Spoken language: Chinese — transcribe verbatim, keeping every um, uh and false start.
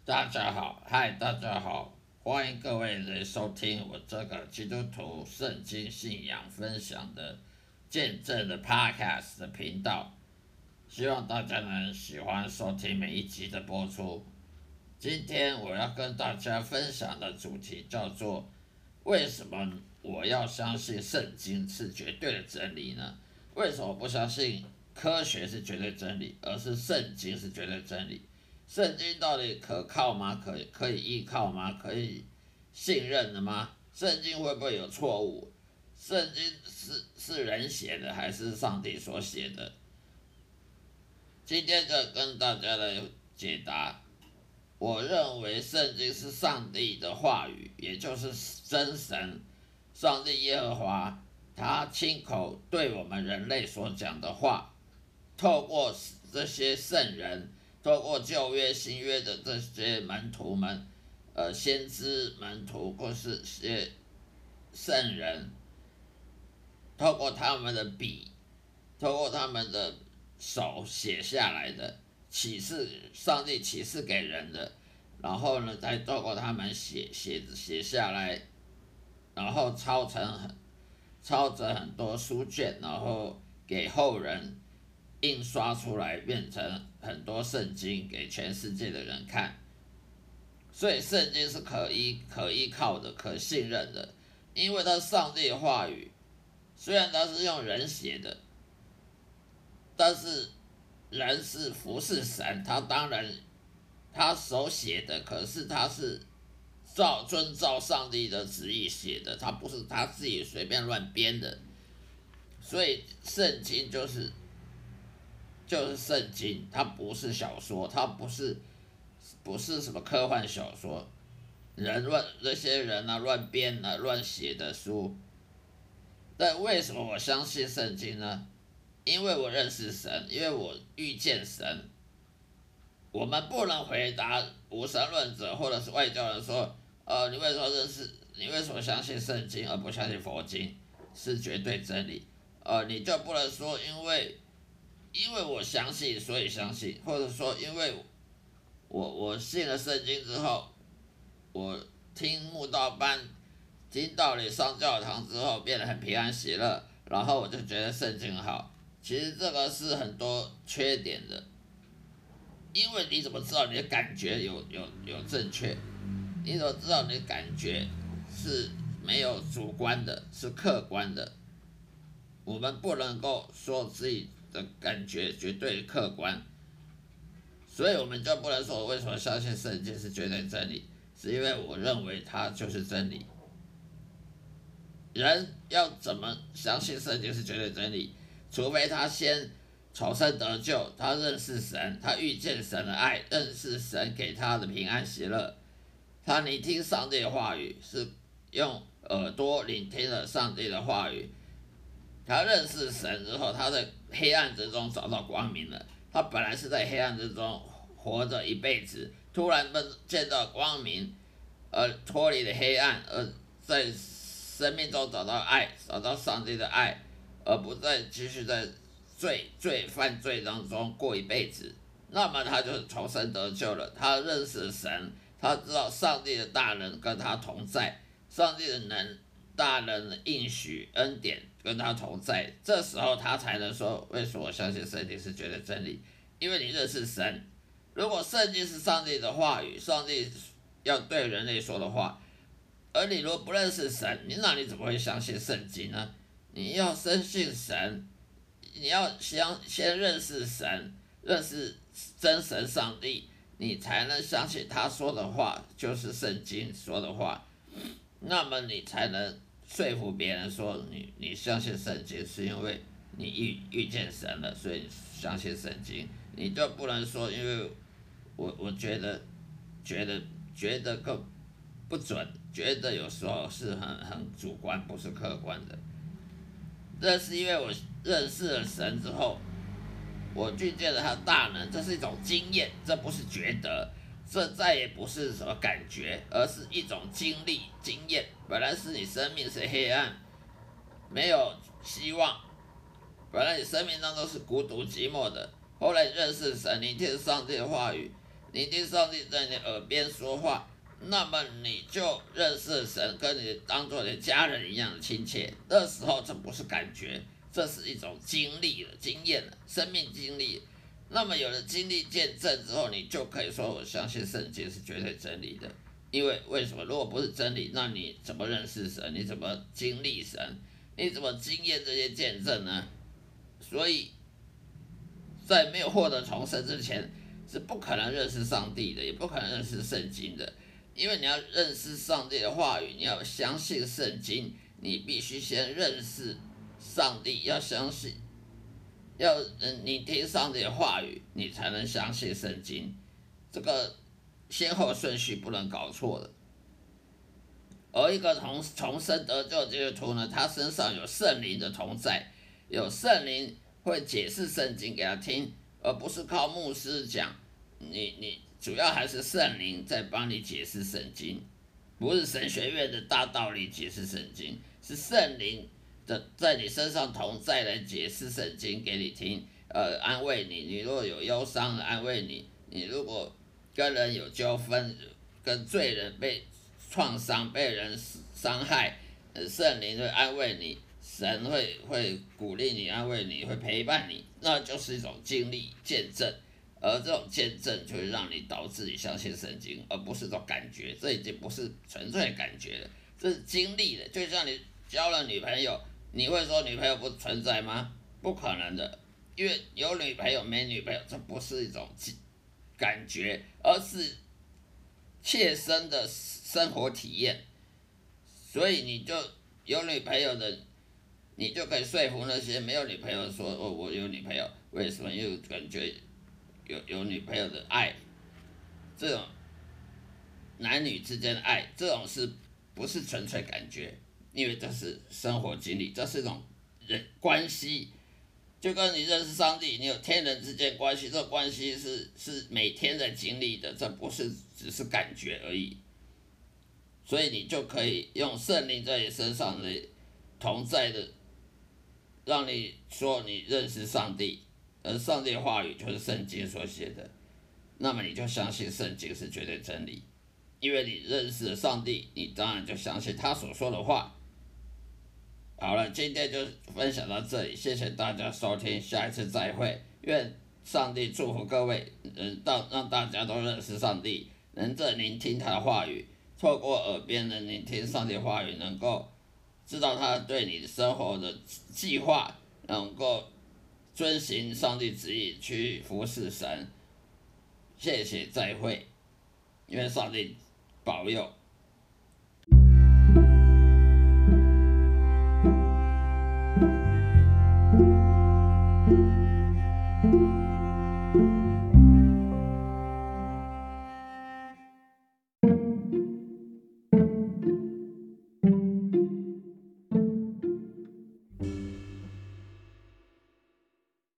大家好，嗨，大家好，欢迎各位来收听我这个基督徒圣经信仰分享的见证的 Podcast 的频道，希望大家能喜欢收听每一集的播出。今天我要跟大家分享的主题叫做为什么我要相信圣经是绝对的真理呢？为什么不相信科学是绝对真理，而是圣经是绝对真理？圣经到底可靠吗？可可以依靠吗？可以信任的吗？圣经会不会有错误？圣经是是人写的还是上帝所写的？今天就跟大家来解答。我认为圣经是上帝的话语，也就是真神，上帝耶和华他亲口对我们人类所讲的话，透过这些圣人，透过旧约、新约的这些门徒们，呃，先知门徒或是些圣人，透过他们的笔，透过他们的手写下来的启示，上帝启示给人的，然后呢，再透过他们写写写下来，然后抄成很抄成很多书卷，然后给后人印刷出来，变成很多圣经给全世界的人看。所以圣经是可依可依靠的、可信任的，因为它是上帝的话语。虽然它是用人写的，但是人是服侍神，他当然他手写的，可是他是照遵照上帝的旨意写的，他不是他自己随便乱编的。所以圣经就是就是圣经，它不是小说，它不是不是什么科幻小说，人乱那些人啊乱编啊乱写的书。但为什么我相信圣经呢？因为我认识神，因为我遇见神。我们不能回答无神论者或者是外教人说，呃，你为什么认识？你为什么相信圣经而不相信佛经？是绝对真理。呃，你就不能说因为因为我相信所以相信，或者说因为我我信了圣经之后，我听慕道班、听道理上教堂之后变得很平安喜乐，然后我就觉得圣经好。其实这个是很多缺点的，因为你怎么知道你的感觉有有有正确？你怎么知道你的感觉是没有主观的，是客观的？我们不能够说自己的感觉绝对客观，所以我们就不能说我为什么相信圣经是绝对真理，是因为我认为它就是真理。人要怎么相信圣经是绝对真理？除非他先重生得救，他认识神，他遇见神的爱，认识神给他的平安喜乐，他聆听上帝的话语，是用耳朵聆听了上帝的话语。他认识神之后，他在黑暗之中找到光明了。他本来是在黑暗之中活着一辈子，突然见到光明，而脱离了黑暗，而在生命中找到爱，找到上帝的爱，而不再继续在罪罪犯罪当中过一辈子。那么他就重生得救了。他认识神，他知道上帝的大能跟他同在，上帝的能大能的应许恩典跟他同在。这时候他才能说，为什么我相信圣经是绝对真理？因为你认识神。如果圣经是上帝的话语，上帝要对人类说的话，而你如果不认识神，你那你怎么会相信圣经呢？你要深信神，你要先先认识神，认识真神上帝，你才能相信他说的话就是圣经说的话。那么你才能说服别人说你你相信圣经是因为你遇遇见神了，所以相信圣经。你就不能说因为我我觉得觉得觉得个不准，觉得有时候是很很主观，不是客观的。这是因为我认识了神之后，我遇见了他的大能，这是一种经验，这不是觉得，这再也不是什么感觉，而是一种经历经验。本来是你生命是黑暗，没有希望，本来你生命当中是孤独寂寞的，后来你认识神，你听上帝的话语， 你听上帝在你耳边说话，那么你就认识神，跟你当做你的家人一样的亲切。那时候这不是感觉，这是一种经历了、经验了、生命经历。那么有了经历见证之后，你就可以说我相信圣经是绝对真理的。因为为什么？如果不是真理，那你怎么认识神？你怎么经历神？你怎么经验这些见证呢？所以，在没有获得重生之前，是不可能认识上帝的，也不可能认识圣经的。因为你要认识上帝的话语，你要相信圣经，你必须先认识上帝，要相信，要嗯，你听上帝的话语，你才能相信圣经。这个先后顺序不能搞错的。而一个重重生得救的基督徒呢，他身上有圣灵的同在，有圣灵会解释圣经给他听，而不是靠牧师讲。你你主要还是圣灵在帮你解释圣经，不是神学院的大道理解释圣经，是圣灵的在你身上同在来解释圣经给你听，呃，安慰你。你如果有忧伤，安慰你；你如果跟人有纠纷，跟罪人被创伤、被人伤害，呃，圣灵会安慰你，神会会鼓励你、安慰你，会陪伴你，那就是一种经历见证。而这种见证就会让你导致你相信圣经，而不是这种感觉。这已经不是纯粹感觉了，这是经历的。就像你交了女朋友，你会说女朋友不存在吗？不可能的，因为有女朋友没女朋友，这不是一种感觉，而是切身的生活体验。所以你就有女朋友的，你就可以说服那些没有女朋友说哦，我有女朋友，为什么？因为感觉有有女朋友的爱，这种男女之间的爱，这种是不是纯粹感觉？因为这是生活经历，这是一种人关系，就跟你认识上帝，你有天人之间关系，这关系是是每天在经历的，这不是只是感觉而已。所以你就可以用圣灵在你身上的同在的，让你说你认识上帝，而上帝的话语就是圣经所写的，那么你就相信圣经是绝对真理，因为你认识了上帝，你当然就相信他所说的话。好了，今天就分享到这里，谢谢大家收听，下一次再会。愿上帝祝福各位，能到让大家都认识上帝，能正聆听他的话语，透过耳边的聆听上帝的话语，能够知道他对你生活的计划，能够遵行上帝旨意去服侍神。谢谢，再会，愿上帝保佑。